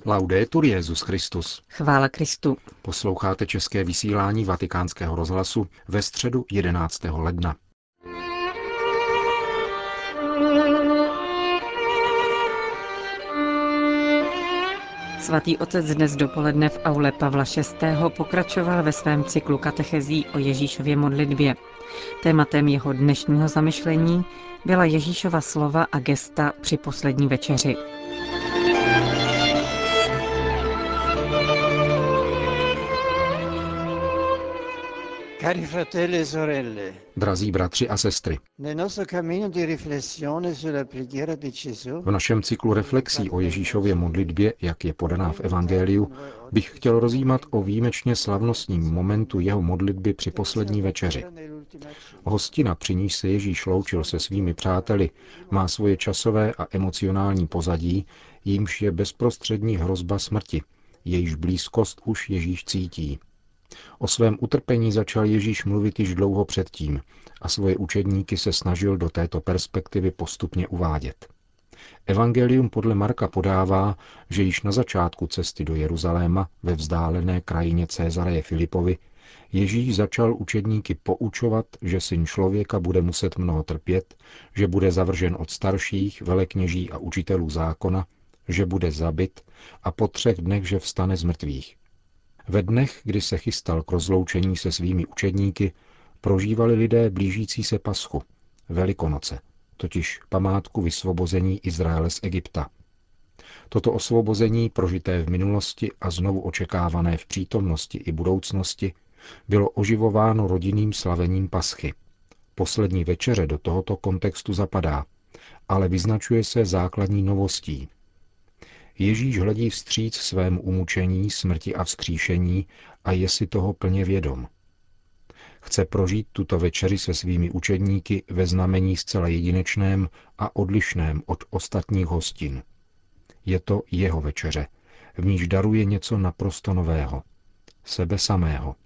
Laudetur Jesus Christus. Chvála Kristu. Posloucháte české vysílání Vatikánského rozhlasu ve středu 11. ledna. Svatý otec dnes dopoledne v aule Pavla VI. Pokračoval ve svém cyklu katechezí o Ježíšově modlitbě. Tématem jeho dnešního zamyšlení byla Ježíšova slova a gesta při poslední večeři. Cari fratelli e sorelle, Drazí bratři a sestry, nel nostro cammino di riflessione sulla preghiera di Gesù, v našem cyklu reflexí o Ježíšově modlitbě, jak je podaná v Evangeliu, bych chtěl rozjímat o výjimečně slavnostním momentu jeho modlitby při poslední večeři. Hostina, při níž se Ježíš loučil se svými přáteli, má svoje časové a emocionální pozadí, jímž je bezprostřední hrozba smrti, jejíž blízkost už Ježíš cítí. O svém utrpení začal Ježíš mluvit již dlouho předtím a svoje učedníky se snažil do této perspektivy postupně uvádět. Evangelium podle Marka podává, že již na začátku cesty do Jeruzaléma ve vzdálené krajině Cézareje Filipovi Ježíš začal učedníky poučovat, že syn člověka bude muset mnoho trpět, že bude zavržen od starších, velekněží a učitelů zákona, že bude zabit a po 3 dnech, že vstane z mrtvých. Ve dnech, kdy se chystal k rozloučení se svými učedníky, prožívali lidé blížící se Paschu, Velikonoce, totiž památku vysvobození Izraele z Egypta. Toto osvobození, prožité v minulosti a znovu očekávané v přítomnosti i budoucnosti, bylo oživováno rodinným slavením Paschy. Poslední večeře do tohoto kontextu zapadá, ale vyznačuje se základní novostí. Ježíš hledí vstříc svému umučení, smrti a vzkříšení a je si toho plně vědom. Chce prožít tuto večeři se svými učedníky ve znamení zcela jedinečném a odlišném od ostatních hostin. Je to jeho večeře, v níž daruje něco naprosto nového. Sebe samého.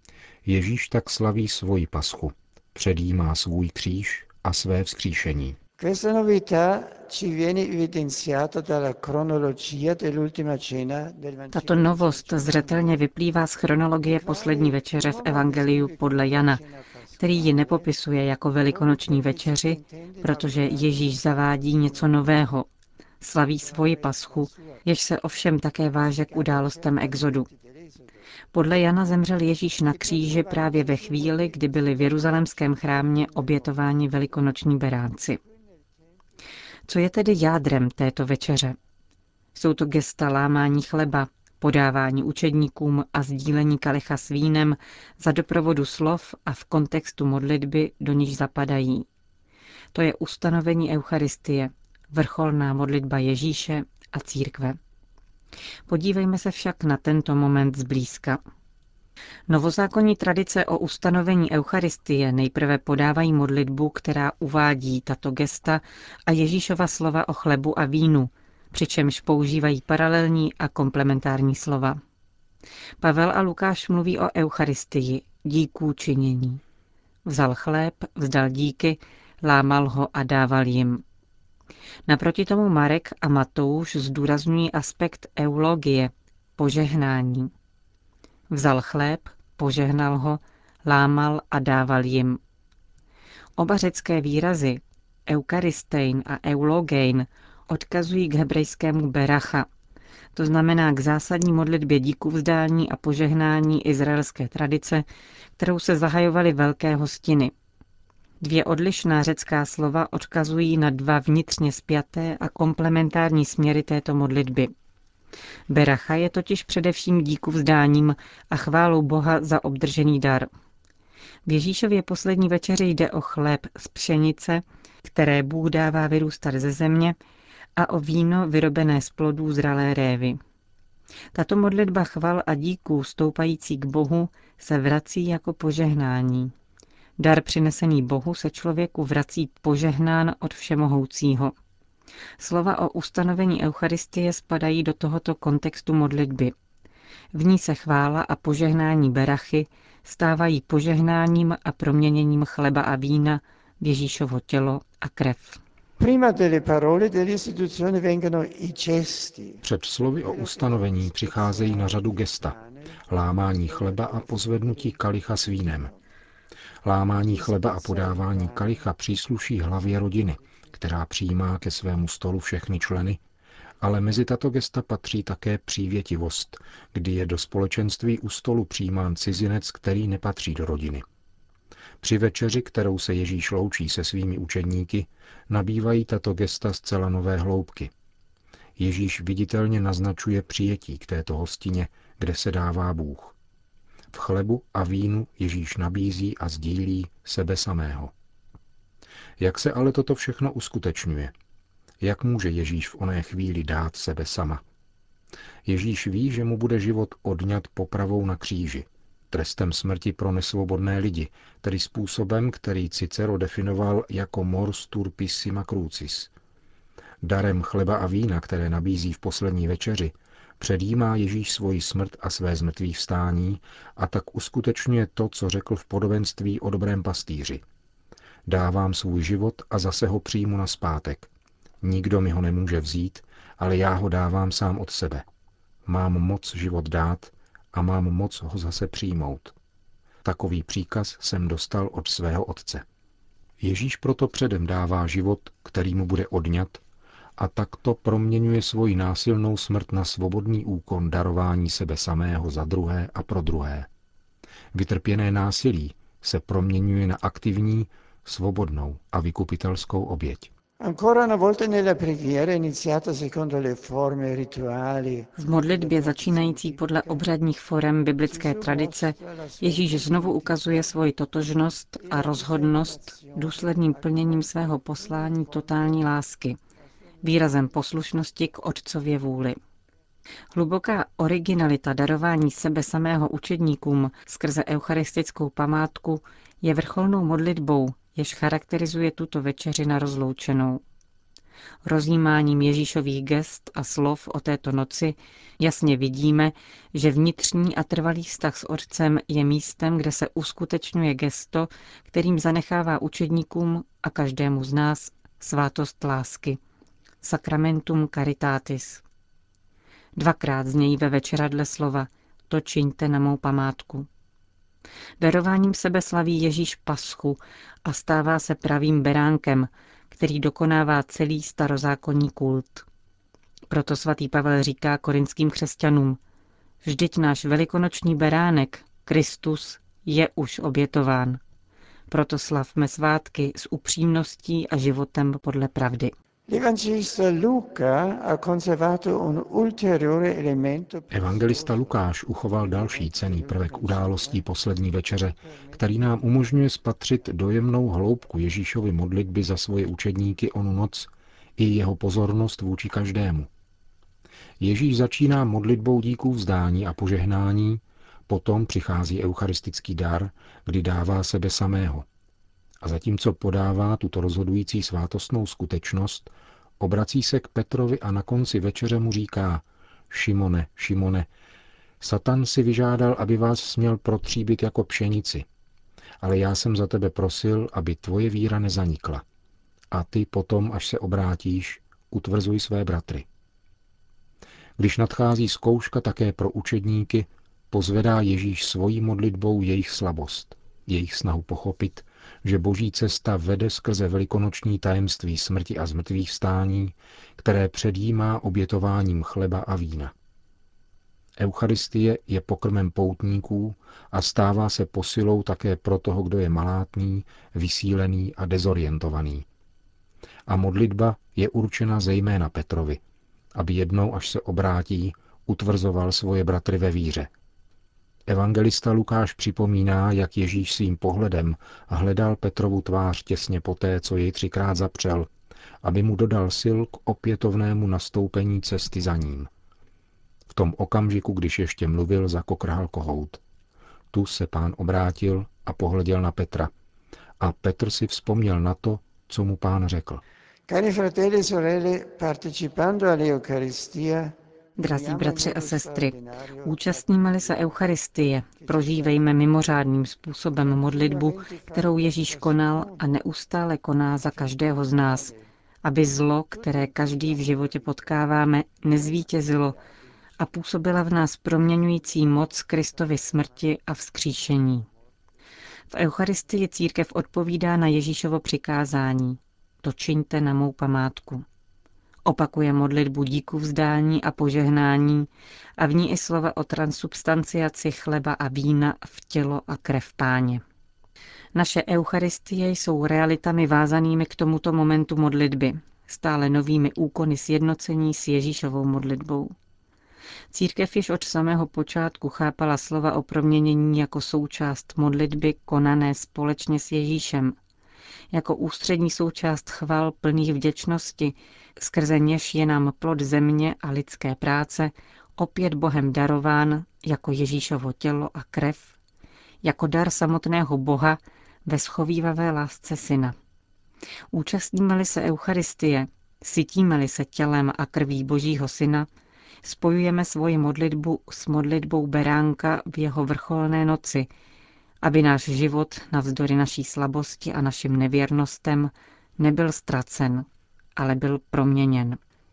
Ježíš tak slaví svoji paschu, předjímá svůj kříž a své vzkříšení. questa novità ci viene evidenziata dalla cronologia dell'ultima cena del Tato Vangelo di San novost Giovanni. zřetelně vyplývá z chronologie poslední večeře v Evangeliu podle Jana, který ji nepopisuje jako velikonoční večeři, protože Ježíš zavádí něco nového. Slaví svoji paschu, jež se ovšem také váže k událostem exodu. Podle Jana zemřel Ježíš na kříži právě ve chvíli, kdy byli v jeruzalémském chrámě obětováni velikonoční beránci. Co je tedy jádrem této večeře? Jsou to gesta lámání chleba, podávání učedníkům a sdílení kalicha s vínem za doprovodu slov a v kontextu modlitby, do níž zapadají. To je ustanovení Eucharistie, vrcholná modlitba Ježíše a církve. Podívejme se však na tento moment zblízka. Novozákonní tradice o ustanovení Eucharistie nejprve podávají modlitbu, která uvádí tato gesta a Ježíšova slova o chlebu a vínu, přičemž používají paralelní a komplementární slova. Pavel a Lukáš mluví o Eucharistii, díků činění. Vzal chléb, vzdal díky, lámal ho a dával jim. Naproti tomu Marek a Matouš zdůrazňují aspekt eulogie, požehnání. Vzal chléb, požehnal ho, lámal a dával jim. Oba řecké výrazy, eukaristein a eulogein, odkazují k hebrejskému beracha, to znamená k zásadní modlitbě díkuvzdání a požehnání izraelské tradice, kterou se zahajovaly velké hostiny. 2 odlišná řecká slova odkazují na 2 vnitřně spjaté a komplementární směry této modlitby. Beracha je totiž především díkuvzdáním a chválou Boha za obdržený dar. V Ježíšově poslední večeři jde o chléb z pšenice, které Bůh dává vyrůstat ze země, a o víno vyrobené z plodů zralé révy. Tato modlitba chval a díků stoupající k Bohu se vrací jako požehnání. Dar přinesený Bohu se člověku vrací požehnán od Všemohoucího. Slova o ustanovení Eucharistie spadají do tohoto kontextu modlitby. V ní se chvála a požehnání berachy stávají požehnáním a proměněním chleba a vína v Ježíšovo tělo a krev. Prima delle parole dell'istituzione vengono i gesti. Před slovy o ustanovení přicházejí na řadu gesta, lámání chleba a pozvednutí kalicha s vínem. Lámání chleba a podávání kalicha přísluší hlavě rodiny, která přijímá ke svému stolu všechny členy, ale mezi tato gesta patří také přívětivost, kdy je do společenství u stolu přijímán cizinec, který nepatří do rodiny. Při večeři, kterou se Ježíš loučí se svými učedníky, nabývají tato gesta zcela nové hloubky. Ježíš viditelně naznačuje přijetí k této hostině, kde se dává Bůh. V chlebu a vínu Ježíš nabízí a sdílí sebe samého. Jak se ale toto všechno uskutečňuje? Jak může Ježíš v oné chvíli dát sebe sama? Ježíš ví, že mu bude život odňat popravou na kříži, trestem smrti pro nesvobodné lidi, tedy způsobem, který Cicero definoval jako mors turpissima crucis. Darem chleba a vína, které nabízí v poslední večeři, předjímá Ježíš svoji smrt a své zmrtvýchvstání a tak uskutečňuje to, co řekl v podobenství o dobrém pastýři. Dávám svůj život a zase ho přijmu nazpátek. Nikdo mi ho nemůže vzít, ale já ho dávám sám od sebe. Mám moc život dát a mám moc ho zase přijmout. Takový příkaz jsem dostal od svého otce. Ježíš proto předem dává život, který mu bude odňat, a takto proměňuje svoji násilnou smrt na svobodný úkon darování sebe samého za druhé a pro druhé. Vytrpěné násilí se proměňuje na aktivní, svobodnou a vykupitelskou oběť. V modlitbě začínající podle obřadních forem biblické tradice Ježíš znovu ukazuje svoji totožnost a rozhodnost důsledným plněním svého poslání totální lásky, výrazem poslušnosti k Otcově vůli. Hluboká originalita darování sebe samého učedníkům skrze eucharistickou památku je vrcholnou modlitbou, jež charakterizuje tuto večeři na rozloučenou. Rozjímáním Ježíšových gest a slov o této noci jasně vidíme, že vnitřní a trvalý vztah s Otcem je místem, kde se uskutečňuje gesto, kterým zanechává učedníkům a každému z nás svátost lásky. Sacramentum caritatis. Dvakrát znějí ve večeradle slova to čiňte na mou památku. Darováním sebe slaví Ježíš paschu a stává se pravým beránkem, který dokonává celý starozákonní kult. Proto svatý Pavel říká korinským křesťanům, vždyť náš velikonoční beránek, Kristus, je už obětován. Proto slavme svátky s upřímností a životem podle pravdy. Evangelista Lukáš uchoval další cenný prvek událostí poslední večeře, který nám umožňuje spatřit dojemnou hloubku Ježíšovy modlitby za svoje učedníky onu noc i jeho pozornost vůči každému. Ježíš začíná modlitbou díků vzdání a požehnání, potom přichází eucharistický dar, kdy dává sebe samého. A zatímco podává tuto rozhodující svátostnou skutečnost, obrací se k Petrovi a na konci večeře mu říká: Šimone, Šimone, Satan si vyžádal, aby vás směl protříbit jako pšenici, ale já jsem za tebe prosil, aby tvoje víra nezanikla. A ty potom, až se obrátíš, utvrzuj své bratry. Když nadchází zkouška také pro učedníky, pozvedá Ježíš svojí modlitbou jejich slabost, jejich snahu pochopit, že boží cesta vede skrze velikonoční tajemství smrti a zmrtvýchvstání, které předjímá obětováním chleba a vína. Eucharistie je pokrmem poutníků a stává se posilou také pro toho, kdo je malátný, vysílený a dezorientovaný. A modlitba je určena zejména Petrovi, aby jednou, až se obrátí, utvrzoval svoje bratry ve víře. Evangelista Lukáš připomíná, jak Ježíš svým pohledem hledal Petrovu tvář těsně poté, co jej 3krát zapřel, aby mu dodal sil k opětovnému nastoupení cesty za ním. V tom okamžiku, když ještě mluvil, zakokrhal kohout. Tu se Pán obrátil a pohleděl na Petra. A Petr si vzpomněl na to, co mu Pán řekl. Cari fratelli e sorelle, partecipando all'Eucaristia, Drazí bratři a sestry, účastníme-li se Eucharistie, prožívejme mimořádným způsobem modlitbu, kterou Ježíš konal a neustále koná za každého z nás, aby zlo, které každý v životě potkáváme, nezvítězilo a působila v nás proměňující moc Kristovy smrti a vzkříšení. V Eucharistii církev odpovídá na Ježíšovo přikázání. To čiňte na mou památku. Opakuje modlitbu díku vzdání a požehnání a v ní i slova o transubstanciaci chleba a vína v tělo a krev Páně. Naše eucharistie jsou realitami vázanými k tomuto momentu modlitby, stále novými úkony sjednocení s Ježíšovou modlitbou. Církev již od samého počátku chápala slova o proměnění jako součást modlitby konané společně s Ježíšem, jako ústřední součást chval plných vděčnosti, skrze něž je nám plod země a lidské práce opět Bohem darován jako Ježíšovo tělo a krev, jako dar samotného Boha ve schovívavé lásce Syna. Účastníme-li se Eucharistie, sytíme-li se tělem a krví Božího Syna, spojujeme svoji modlitbu s modlitbou beránka v jeho vrcholné noci, aby náš život navzdory naší slabosti a našim nevěrnostem nebyl ztracen, ale byl proměněn.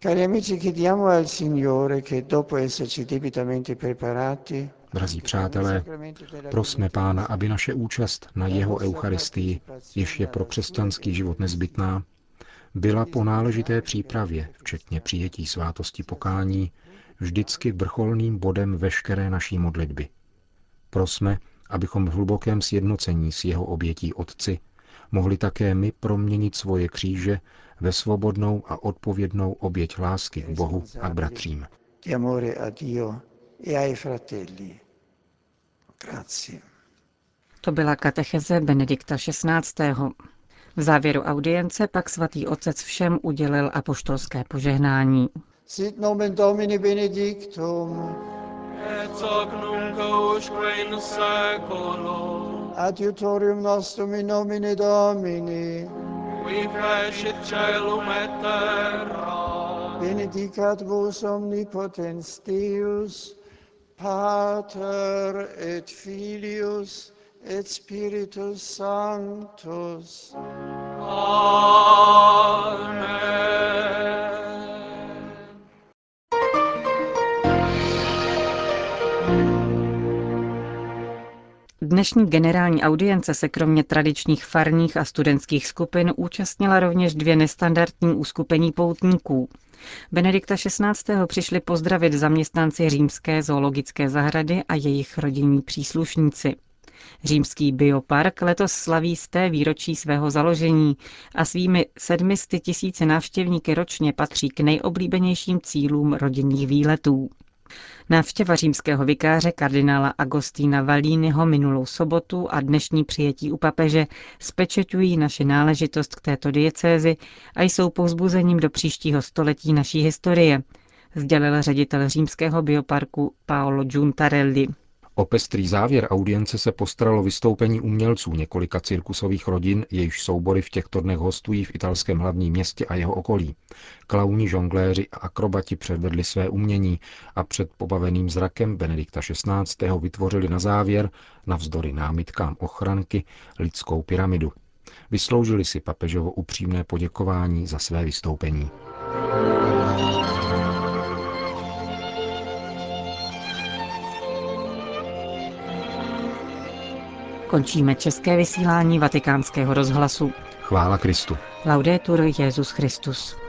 Drazí přátelé, prosme Pána, aby naše účast na jeho Eucharistii, jež je pro křesťanský život nezbytná, byla po náležité přípravě, včetně přijetí svátosti pokání, vždycky vrcholným bodem veškeré naší modlitby. Prosme, abychom v hlubokém sjednocení s jeho obětí Otci mohli také my proměnit svoje kříže ve svobodnou a odpovědnou oběť lásky k Bohu a k bratřím. To byla katecheze Benedikta XVI. V závěru audience pak svatý otec všem udělil apoštolské požehnání. Sit nomen Domini benedictum, et hoc nunc usque in saeculum, adiutorium nostrum in nomine Domini, qui fecit caelum et terra, benedicat vos omnipotens Deus, Pater et Filius et Spiritus Sanctus. Amen. Dnešní generální audience se kromě tradičních farních a studentských skupin účastnila rovněž 2 nestandardní uskupení poutníků. Benedikta XVI. Přišli pozdravit zaměstnanci Římské zoologické zahrady a jejich rodinní příslušníci. Římský biopark letos slaví 100. výročí svého založení a svými 700 000 návštěvníky ročně patří k nejoblíbenějším cílům rodinných výletů. Návštěva římského vikáře kardinála Agostina Valínyho minulou sobotu a dnešní přijetí u papeže spečeťují naši náležitost k této diecézi a jsou povzbuzením do příštího století naší historie, sdělil ředitel římského bioparku Paolo Giuntarelli. O pestrý závěr audience se postaralo vystoupení umělců několika cirkusových rodin, jejichž soubory v těchto dnech hostují v italském hlavním městě a jeho okolí. Klauni, žongléři a akrobati předvedli své umění a před pobaveným zrakem Benedikta XVI. Vytvořili na závěr, navzdory námitkám ochranky, lidskou pyramidu. Vysloužili si papežovo upřímné poděkování za své vystoupení. Končíme české vysílání Vatikánského rozhlasu. Chvála Kristu. Laudetur Jesus Christus.